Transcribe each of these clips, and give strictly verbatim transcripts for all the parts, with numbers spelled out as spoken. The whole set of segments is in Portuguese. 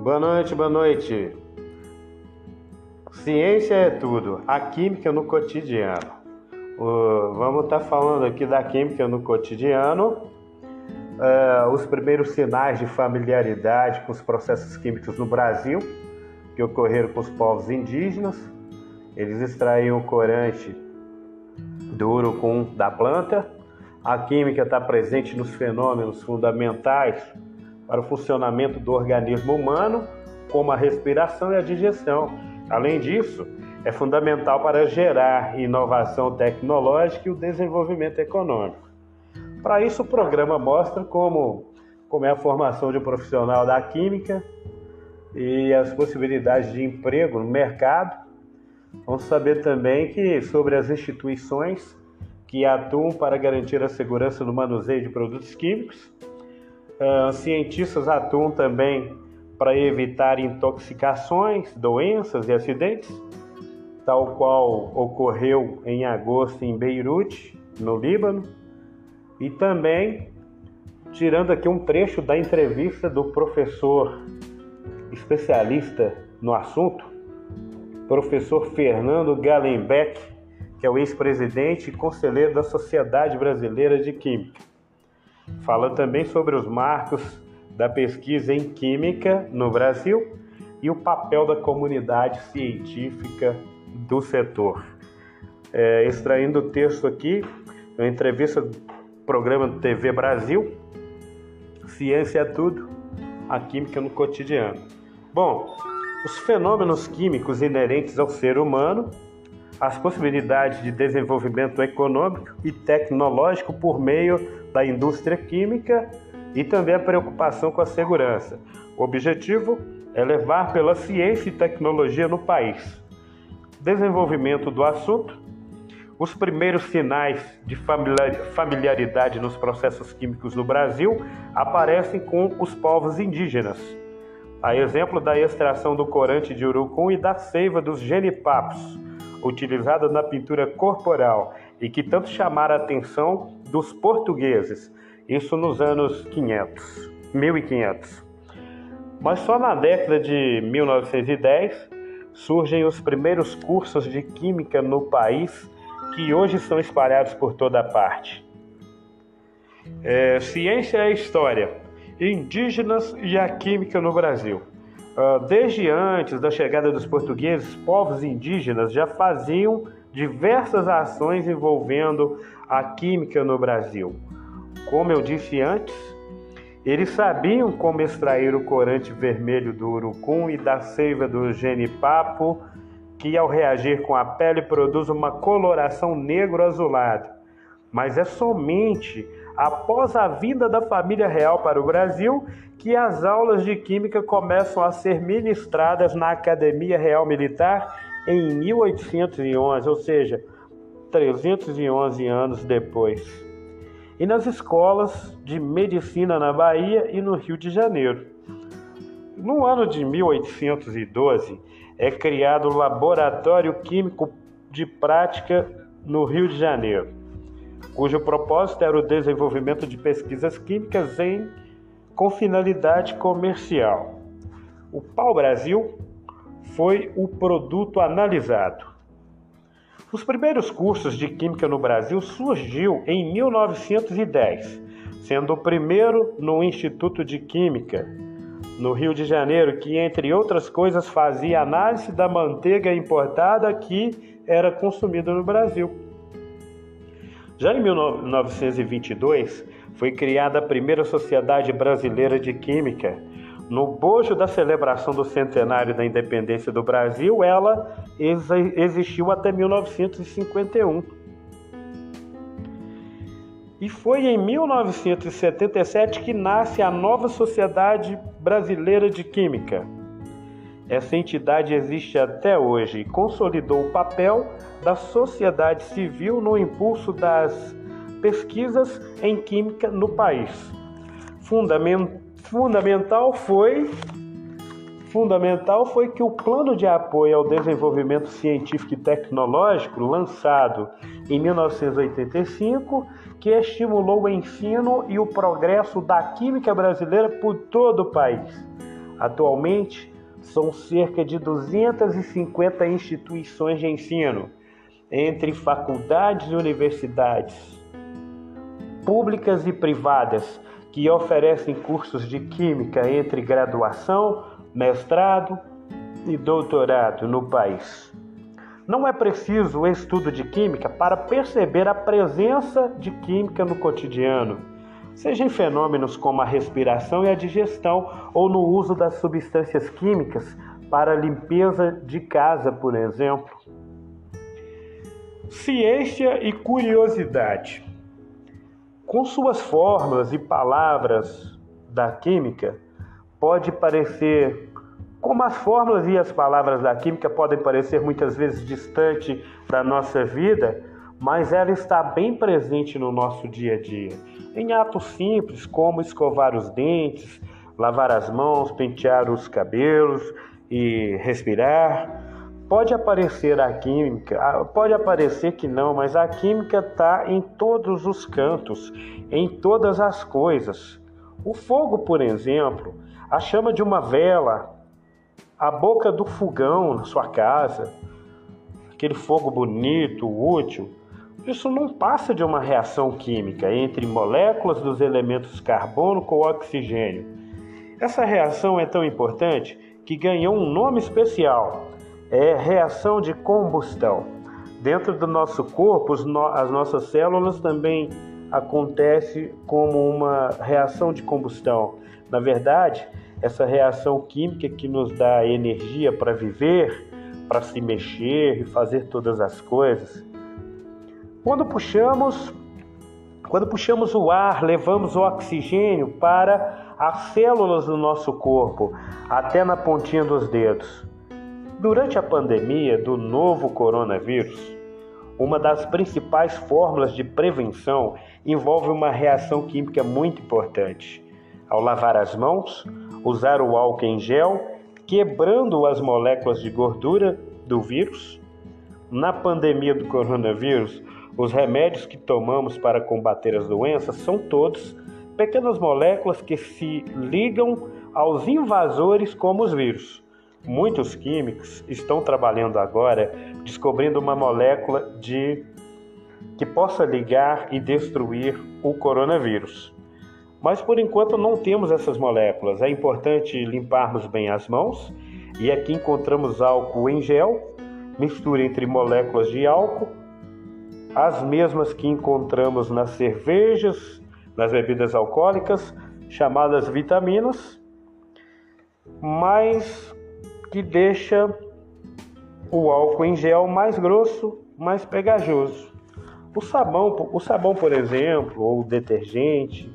Boa noite, boa noite. Ciência é tudo, a química no cotidiano. Uh, vamos estar falando aqui da química no cotidiano, uh, os primeiros sinais de familiaridade com os processos químicos no Brasil, que ocorreram com os povos indígenas. Eles extraíam o corante do urucum da planta. A química está presente nos fenômenos fundamentais para o funcionamento do organismo humano, como a respiração e a digestão. Além disso, é fundamental para gerar inovação tecnológica e o desenvolvimento econômico. Para isso, o programa mostra como, como é a formação de um profissional da química e as possibilidades de emprego no mercado. Vamos saber também que sobre as instituições que atuam para garantir a segurança no manuseio de produtos químicos. Uh, cientistas atuam também para evitar intoxicações, doenças e acidentes, tal qual ocorreu em agosto em Beirute, no Líbano. E também, tirando aqui um trecho da entrevista do professor especialista no assunto, professor Fernando Gallenbeck, que é o ex-presidente e conselheiro da Sociedade Brasileira de Química. Fala também sobre os marcos da pesquisa em química no Brasil e o papel da comunidade científica do setor. É, extraindo o texto aqui, uma entrevista do programa do T V Brasil, Ciência é tudo, a química no cotidiano. Bom, os fenômenos químicos inerentes ao ser humano, as possibilidades de desenvolvimento econômico e tecnológico por meio da indústria química e também a preocupação com a segurança. O objetivo é levar pela ciência e tecnologia no país. Desenvolvimento do assunto. Os primeiros sinais de familiaridade nos processos químicos no Brasil aparecem com os povos indígenas. A exemplo da extração do corante de urucum e da seiva dos genipapos, utilizada na pintura corporal e que tanto chamaram a atenção dos portugueses, isso nos anos quinhentos, mil e quinhentos. Mas só na década de mil novecentos e dez surgem os primeiros cursos de química no país, que hoje são espalhados por toda parte. É, ciência é história, indígenas e a química no Brasil. Desde antes da chegada dos portugueses, povos indígenas já faziam diversas ações envolvendo a química no Brasil. Como eu disse antes, eles sabiam como extrair o corante vermelho do urucum e da seiva do genipapo, que ao reagir com a pele produz uma coloração negro-azulada. Mas é somente após a vinda da família real para o Brasil que as aulas de química começam a ser ministradas na Academia Real Militar em mil oitocentos e onze, ou seja, trezentos e onze anos depois. E nas escolas de medicina na Bahia e no Rio de Janeiro. No ano de mil oitocentos e doze, é criado o Laboratório Químico de Prática no Rio de Janeiro, cujo propósito era o desenvolvimento de pesquisas químicas em, com finalidade comercial. O pau-brasil foi o produto analisado. Os primeiros cursos de química no Brasil surgiu em mil novecentos e dez, sendo o primeiro no Instituto de Química, no Rio de Janeiro, que, entre outras coisas, fazia análise da manteiga importada que era consumida no Brasil. Já em mil novecentos e vinte e dois, foi criada a primeira Sociedade Brasileira de Química. No bojo da celebração do centenário da independência do Brasil, ela ex- existiu até mil novecentos e cinquenta e um. E foi em mil novecentos e setenta e sete que nasce a nova Sociedade Brasileira de Química. Essa entidade existe até hoje e consolidou o papel da sociedade civil no impulso das pesquisas em química no país. Fundament, fundamental foi, fundamental foi que o Plano de Apoio ao Desenvolvimento Científico e Tecnológico, lançado em mil novecentos e oitenta e cinco, que estimulou o ensino e o progresso da química brasileira por todo o país. Atualmente, são cerca de duzentas e cinquenta instituições de ensino, entre faculdades e universidades, públicas e privadas, que oferecem cursos de química entre graduação, mestrado e doutorado no país. Não é preciso o estudo de química para perceber a presença de química no cotidiano, seja em fenômenos como a respiração e a digestão ou no uso das substâncias químicas para a limpeza de casa, por exemplo. Ciência e curiosidade. Com suas fórmulas e palavras da química, pode parecer, como as fórmulas e as palavras da química podem parecer muitas vezes distante da nossa vida, mas ela está bem presente no nosso dia a dia, em atos simples como escovar os dentes, lavar as mãos, pentear os cabelos e respirar. Pode aparecer a química, pode aparecer que não, mas a química está em todos os cantos, em todas as coisas. O fogo, por exemplo, a chama de uma vela, a boca do fogão na sua casa, aquele fogo bonito, útil, isso não passa de uma reação química entre moléculas dos elementos carbono com oxigênio. Essa reação é tão importante que ganhou um nome especial. É reação de combustão. Dentro do nosso corpo, as nossas células também acontece como uma reação de combustão. Na verdade, essa reação química que nos dá energia para viver, para se mexer e fazer todas as coisas. Quando puxamos, quando puxamos o ar, levamos o oxigênio para as células do nosso corpo, até na pontinha dos dedos. Durante a pandemia do novo coronavírus, uma das principais fórmulas de prevenção envolve uma reação química muito importante. Ao lavar as mãos, usar o álcool em gel, quebrando as moléculas de gordura do vírus. Na pandemia do coronavírus, os remédios que tomamos para combater as doenças são todos pequenas moléculas que se ligam aos invasores como os vírus. Muitos químicos estão trabalhando agora descobrindo uma molécula de... que possa ligar e destruir o coronavírus. Mas por enquanto não temos essas moléculas. É importante limparmos bem as mãos e aqui encontramos álcool em gel, mistura entre moléculas de álcool, as mesmas que encontramos nas cervejas, nas bebidas alcoólicas, chamadas vitaminas, mas que deixa o álcool em gel mais grosso, mais pegajoso. O sabão, o sabão, por exemplo, ou o detergente,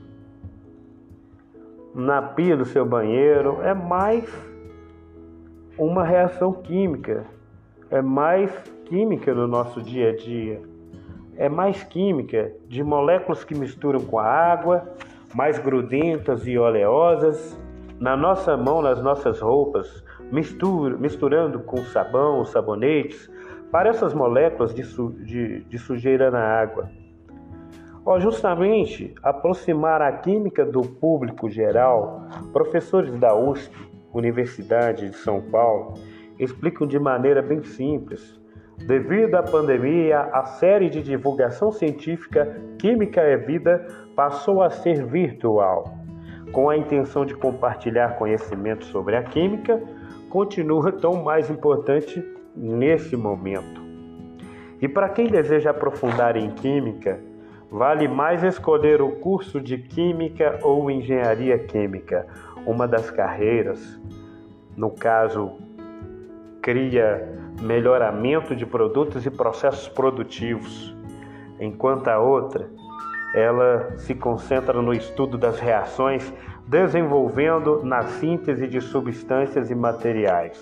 na pia do seu banheiro, é mais uma reação química, é mais química no nosso dia a dia, é mais química de moléculas que misturam com a água, mais grudentas e oleosas, na nossa mão, nas nossas roupas, mistura, misturando com sabão, sabonetes, para essas moléculas de, su, de, de sujeira na água. Ó, justamente, aproximar a química do público geral, professores da U S P, Universidade de São Paulo, explicam de maneira bem simples. Devido à pandemia, a série de divulgação científica Química é Vida passou a ser virtual. Com a intenção de compartilhar conhecimento sobre a química, continua tão mais importante nesse momento. E para quem deseja aprofundar em química, vale mais escolher o curso de Química ou Engenharia Química, uma das carreiras, no caso, cria melhoramento de produtos e processos produtivos, enquanto a outra, ela se concentra no estudo das reações, desenvolvendo na síntese de substâncias e materiais.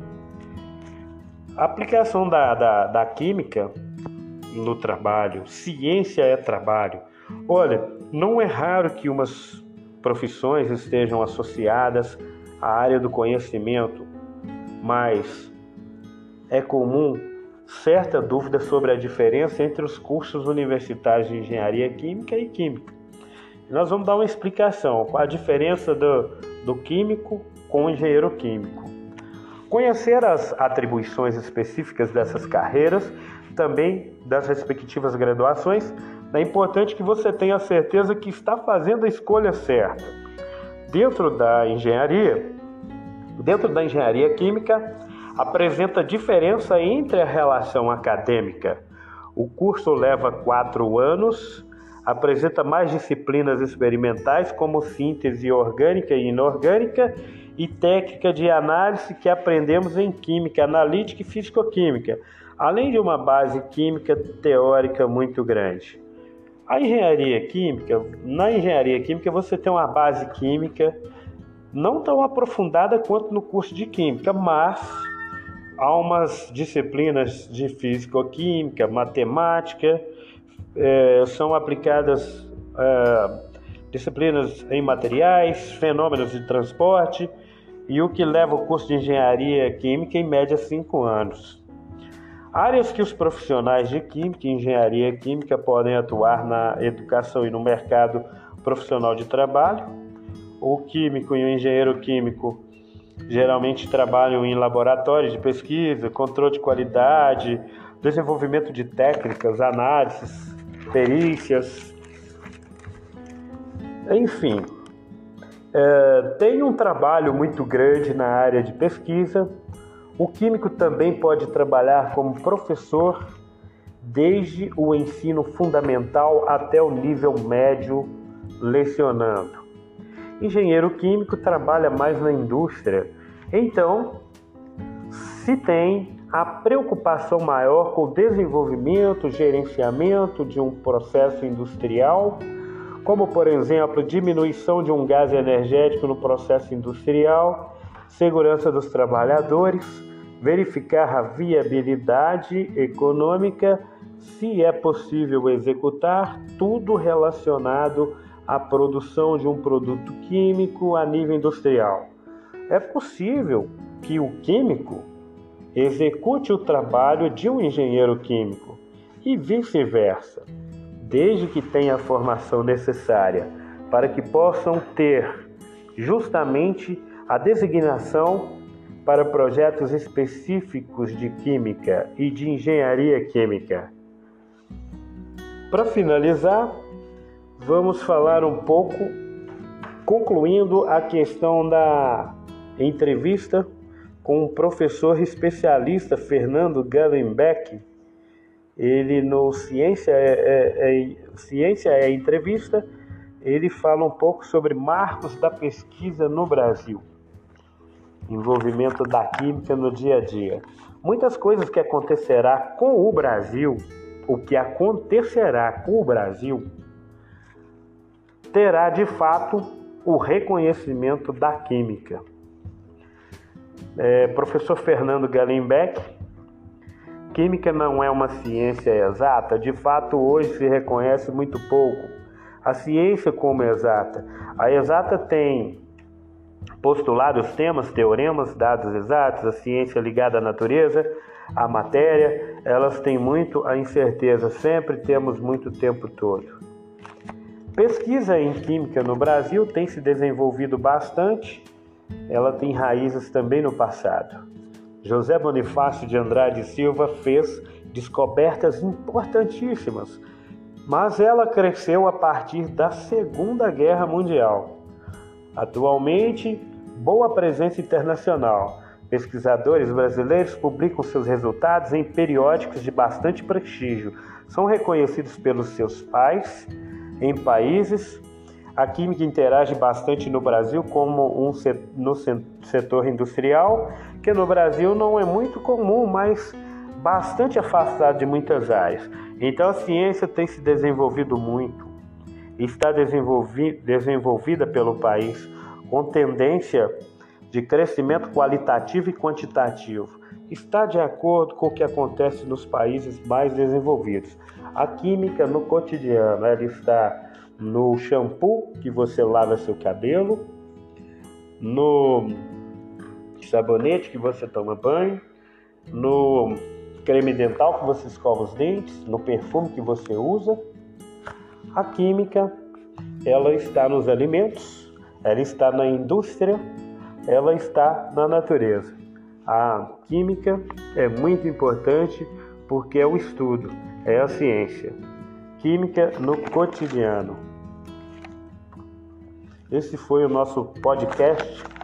A aplicação da, da, da química no trabalho, ciência é trabalho. Olha, não é raro que umas profissões estejam associadas à área do conhecimento, mas é comum certa dúvida sobre a diferença entre os cursos universitários de engenharia química e química. Nós vamos dar uma explicação, qual a diferença do, do químico com engenheiro químico. Conhecer as atribuições específicas dessas carreiras, também das respectivas graduações, é importante que você tenha certeza que está fazendo a escolha certa. Dentro da engenharia, dentro da engenharia química, apresenta diferença entre a relação acadêmica. O curso leva quatro anos, apresenta mais disciplinas experimentais como síntese orgânica e inorgânica e técnica de análise que aprendemos em química analítica e físico-química, além de uma base química teórica muito grande. A engenharia química, na engenharia química você tem uma base química não tão aprofundada quanto no curso de química, mas há umas disciplinas de físico-química, matemática, eh, são aplicadas eh, disciplinas em materiais, fenômenos de transporte, e o que leva o curso de engenharia química em média cinco anos. Áreas que os profissionais de química e engenharia química podem atuar na educação e no mercado profissional de trabalho. O químico e o engenheiro químico geralmente trabalham em laboratórios de pesquisa, controle de qualidade, desenvolvimento de técnicas, análises, perícias, enfim. É, tem um trabalho muito grande na área de pesquisa. O químico também pode trabalhar como professor desde o ensino fundamental até o nível médio, lecionando. Engenheiro químico trabalha mais na indústria, então se tem a preocupação maior com o desenvolvimento, gerenciamento de um processo industrial, como, por exemplo, diminuição de um gás energético no processo industrial, segurança dos trabalhadores, verificar a viabilidade econômica, se é possível executar, tudo relacionado à produção de um produto químico a nível industrial. É possível que o químico execute o trabalho de um engenheiro químico e vice-versa, desde que tenha a formação necessária para que possam ter justamente a designação para projetos específicos de química e de engenharia química. Para finalizar, vamos falar um pouco, concluindo a questão da entrevista com o professor especialista Fernando Gallenbeck. Ele no Ciência é, é, é, Ciência é Entrevista, ele fala um pouco sobre marcos da pesquisa no Brasil, envolvimento da química no dia a dia. Muitas coisas que acontecerá com o Brasil, o que acontecerá com o Brasil, terá de fato o reconhecimento da química. É, professor Fernando Gallenbeck, química não é uma ciência exata, de fato hoje se reconhece muito pouco a ciência como exata. A exata tem postulados, temas, teoremas, dados exatos, a ciência ligada à natureza, à matéria, elas têm muito a incerteza, sempre temos muito tempo todo. Pesquisa em química no Brasil tem se desenvolvido bastante, ela tem raízes também no passado. José Bonifácio de Andrade e Silva fez descobertas importantíssimas, mas ela cresceu a partir da Segunda Guerra Mundial. Atualmente, boa presença internacional. Pesquisadores brasileiros publicam seus resultados em periódicos de bastante prestígio. São reconhecidos pelos seus pais em países. A química interage bastante no Brasil como um no setor industrial, que no Brasil não é muito comum, mas bastante afastado de muitas áreas. Então a ciência tem se desenvolvido muito, está desenvolvi- desenvolvida pelo país com tendência de crescimento qualitativo e quantitativo. Está de acordo com o que acontece nos países mais desenvolvidos. A química no cotidiano, ela está no shampoo que você lava seu cabelo, no sabonete que você toma banho, no creme dental que você escova os dentes, no perfume que você usa. A química, ela está nos alimentos, ela está na indústria, ela está na natureza. A química é muito importante porque é o estudo, é a ciência. Química no cotidiano. Esse foi o nosso podcast